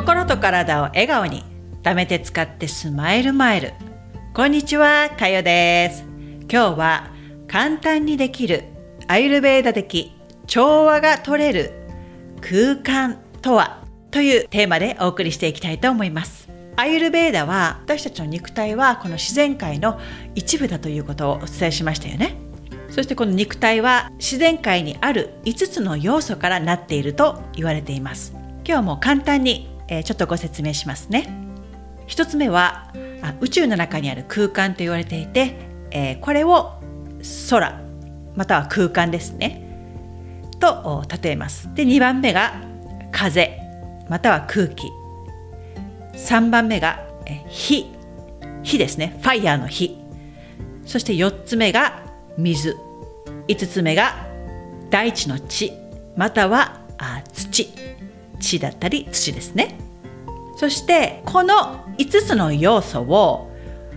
心と体を笑顔に、貯めて使ってスマイルマイル。こんにちは、かよです。今日は簡単にできるアイルベーダ的調和が取れる空間とはというテーマでお送りしていきたいと思います。アイルベーダは私たちの肉体はこの自然界の一部だということをお伝えしましたよね。そしてこの肉体は自然界にある5つの要素からなっていると言われています。今日も簡単にちょっとご説明しますね。一つ目は宇宙の中にある空間と言われていて、これを空または空間ですねと例えます。で、2番目が風または空気、3番目が火ですね、ファイヤーの火。そして4つ目が水、5つ目が大地の地または地だったり土ですね。そしてこの5つの要素を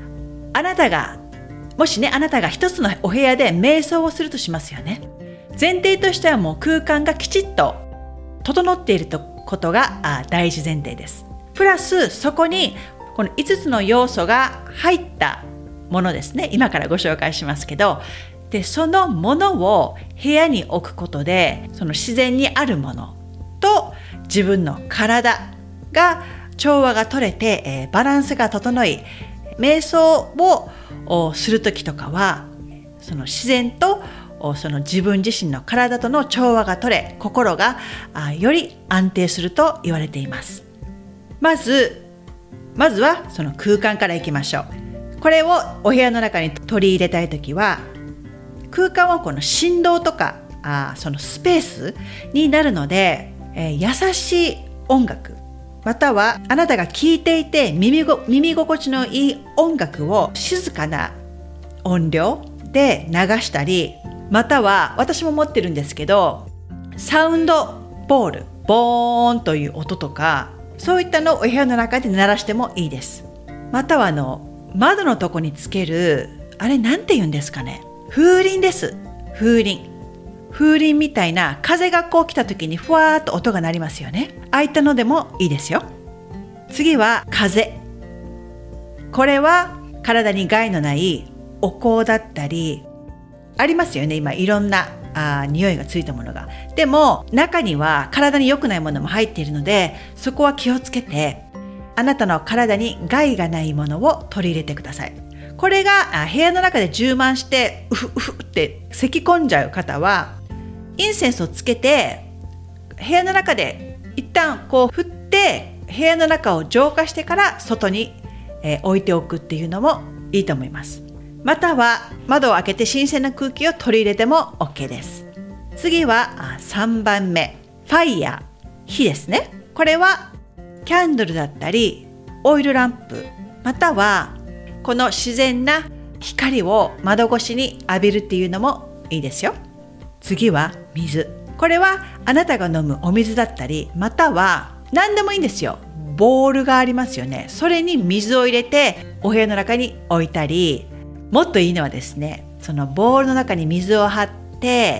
もしあなたが一つのお部屋で瞑想をするとしますよね。前提としてはもう空間がきちっと整っていることが大事前提です。プラスそこにこの5つの要素が入ったものですね。今からご紹介しますけど、でそのものを部屋に置くことで、その自然にあるものと自分の体が調和が取れて、バランスが整い、瞑想をするときとかはその自然とその自分自身の体との調和が取れ、心がより安定すると言われています。まずはその空間からいきましょう。これをお部屋の中に取り入れたいときは、空間はこの振動とかそのスペースになるので、優しい音楽またはあなたが聴いていて耳心地のいい音楽を静かな音量で流したり、または私も持ってるんですけど、サウンドボール、ボーンという音とか、そういったのをお部屋の中で鳴らしてもいいです。または窓のとこにつけるあれなんて言うんですかね、風鈴です。風鈴みたいな、風がこう来た時にふわーっと音が鳴りますよね。ああいったのでもいいですよ。次は風。これは体に害のないお香だったりありますよね。今いろんな匂いがついたものが。でも中には体に良くないものも入っているので、そこは気をつけて、あなたの体に害がないものを取り入れてください。これが部屋の中で充満してうふって咳き込んじゃう方は、インセンスをつけて部屋の中で一旦こう振って部屋の中を浄化してから外に置いておくっていうのもいいと思います。または窓を開けて新鮮な空気を取り入れても OK です。次は3番目、ファイヤー、火ですね。これはキャンドルだったりオイルランプ、またはこの自然な光を窓越しに浴びるっていうのもいいですよ。次は水。これはあなたが飲むお水だったり、または何でもいいんですよ。ボールがありますよね。それに水を入れてお部屋の中に置いたり、もっといいのはですね、そのボールの中に水を張って、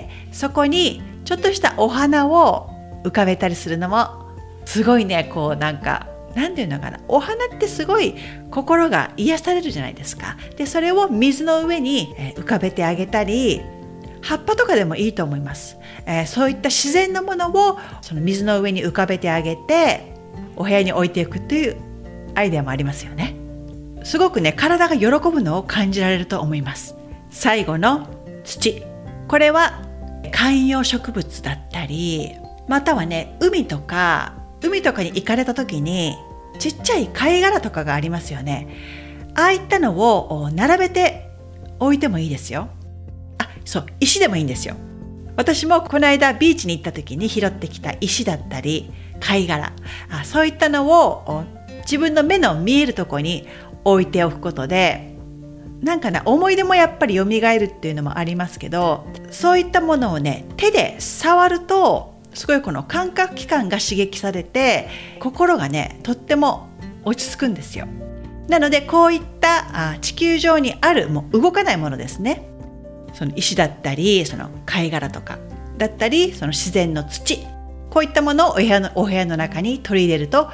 そこにちょっとしたお花を浮かべたりするのもすごいね、なんていうのかな、お花ってすごい心が癒されるじゃないですか。でそれを水の上に浮かべてあげたり、葉っぱとかでもいいと思います。そういった自然なものをその水の上に浮かべてあげてお部屋に置いていくというアイデアもありますよね。すごくね、体が喜ぶのを感じられると思います。最後の土。これは観葉植物だったり、またはね、海とかに行かれた時にちっちゃい貝殻とかがありますよね。ああいったのを並べて置いてもいいですよ。石でもいいんですよ。私もこの間ビーチに行った時に拾ってきた石だったり貝殻、そういったのを自分の目の見えるところに置いておくことで、思い出もやっぱり蘇るっていうのもありますけど、そういったものをね、手で触るとすごいこの感覚器官が刺激されて、心がね、とっても落ち着くんですよ。なのでこういった地球上にあるもう動かないものですね、その石だったりその貝殻とかだったり、その自然の土、こういったものをお部屋の中に取り入れると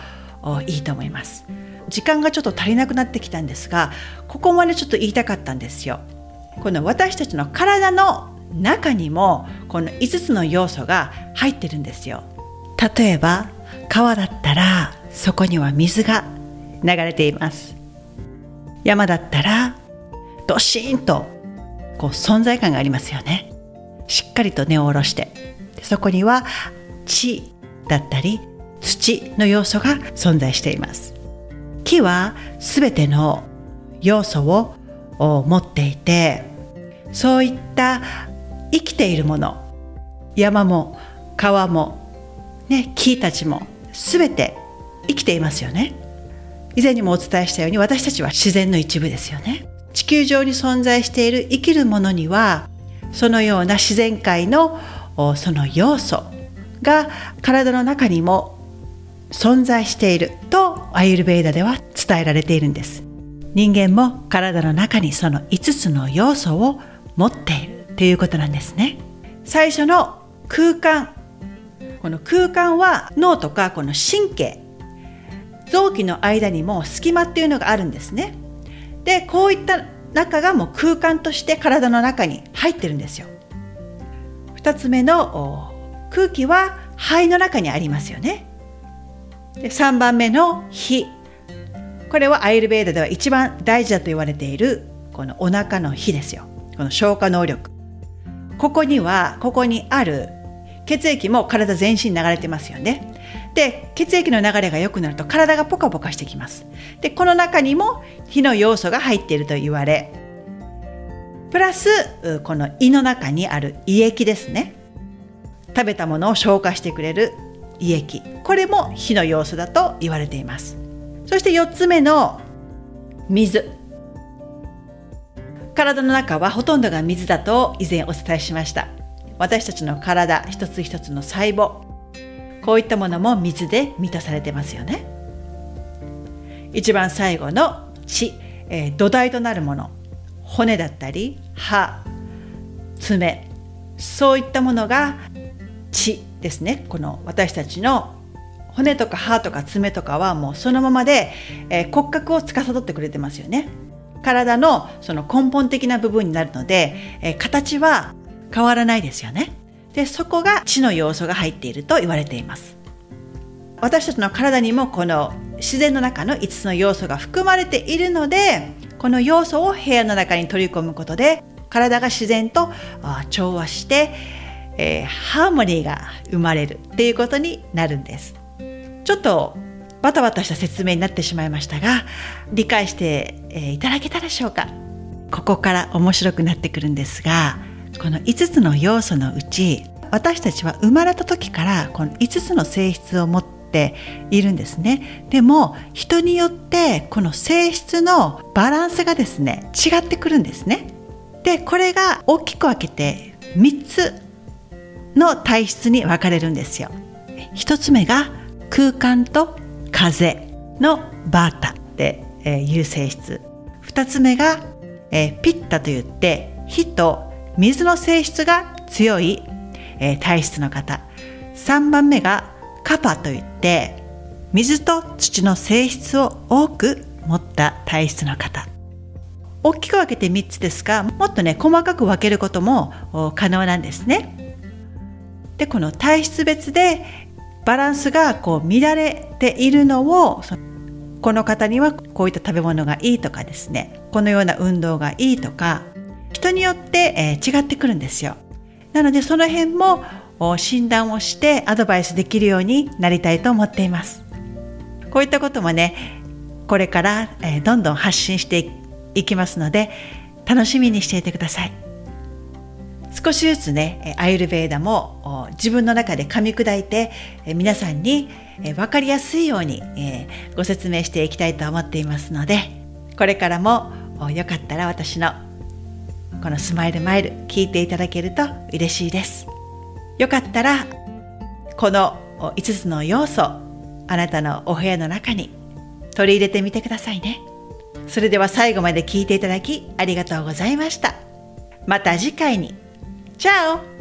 いいと思います。時間がちょっと足りなくなってきたんですが、ここまでちょっと言いたかったんですよ。この私たちの体の中にもこの5つの要素が入ってるんですよ。例えば川だったらそこには水が流れています。山だったらドシーンと存在感がありますよね。しっかりと根を下ろして、そこには地だったり土の要素が存在しています。木はすべての要素を持っていて、そういった生きているもの、山も川も、木たちもすべて生きていますよね。以前にもお伝えしたように、私たちは自然の一部ですよね。地球上に存在している生きるものには、そのような自然界のその要素が体の中にも存在しているとアーユルヴェーダでは伝えられているんです。人間も体の中にその5つの要素を持っているということなんですね。最初の空間、この空間は脳とかこの神経、臓器の間にも隙間っていうのがあるんですね。で、こういった中がもう空間として体の中に入ってるんですよ。2つ目の空気は肺の中にありますよね。で、3番目の火、これはアーユルヴェーダでは一番大事だと言われているこのお腹の火ですよ。この消化能力、ここにある血液も体全身に流れてますよね。で、血液の流れが良くなると体がポカポカしてきます。で、この中にも火の要素が入っていると言われ、プラスこの胃の中にある胃液ですね。食べたものを消化してくれる胃液、これも火の要素だと言われています。そして4つ目の水、体の中はほとんどが水だと以前お伝えしました。私たちの体一つ一つの細胞、こういったものも水で満たされてますよね。一番最後の血、土台となるもの、骨だったり歯、爪、そういったものが血ですね。この私たちの骨とか歯とか爪とかはもうそのままで、骨格を司ってくれてますよね。体のその根本的な部分になるので、形は変わらないですよね。で、そこが血の要素が入っていると言われています。私たちの体にもこの自然の中の5つの要素が含まれているので、この要素を部屋の中に取り込むことで体が自然と調和して、ハーモニーが生まれるっていうことになるんです。ちょっとバタバタした説明になってしまいましたが、理解して、いただけたでしょうか。ここから面白くなってくるんですが、この5つの要素のうち、私たちは生まれた時からこの5つの性質を持っているんですね。でも人によってこの性質のバランスがですね、違ってくるんですね。で、これが大きく分けて3つの体質に分かれるんですよ。1つ目が空間と風のバータっていう性質。2つ目がピッタといって火と水の性質が強い体質の方。3番目がカパといって水と土の性質を多く持った体質の方。大きく分けて3つですが、もっと細かく分けることも可能なんですね。で、この体質別でバランスが乱れているのを、この方にはこういった食べ物がいいとかですね、このような運動がいいとか、人によって、違ってくるんですよ。なのでその辺も診断をしてアドバイスできるようになりたいと思っています。こういったこともね、これから、どんどん発信していきますので、楽しみにしていてください。少しずつね、アーユルヴェーダも自分の中で噛み砕いて、皆さんに分かりやすいようにご説明していきたいと思っていますので、これからもよかったら私のこのスマイルマイル聞いていただけると嬉しいです。よかったらこの5つの要素、あなたのお部屋の中に取り入れてみてくださいね。それでは最後まで聞いていただきありがとうございました。また次回に。チャオ。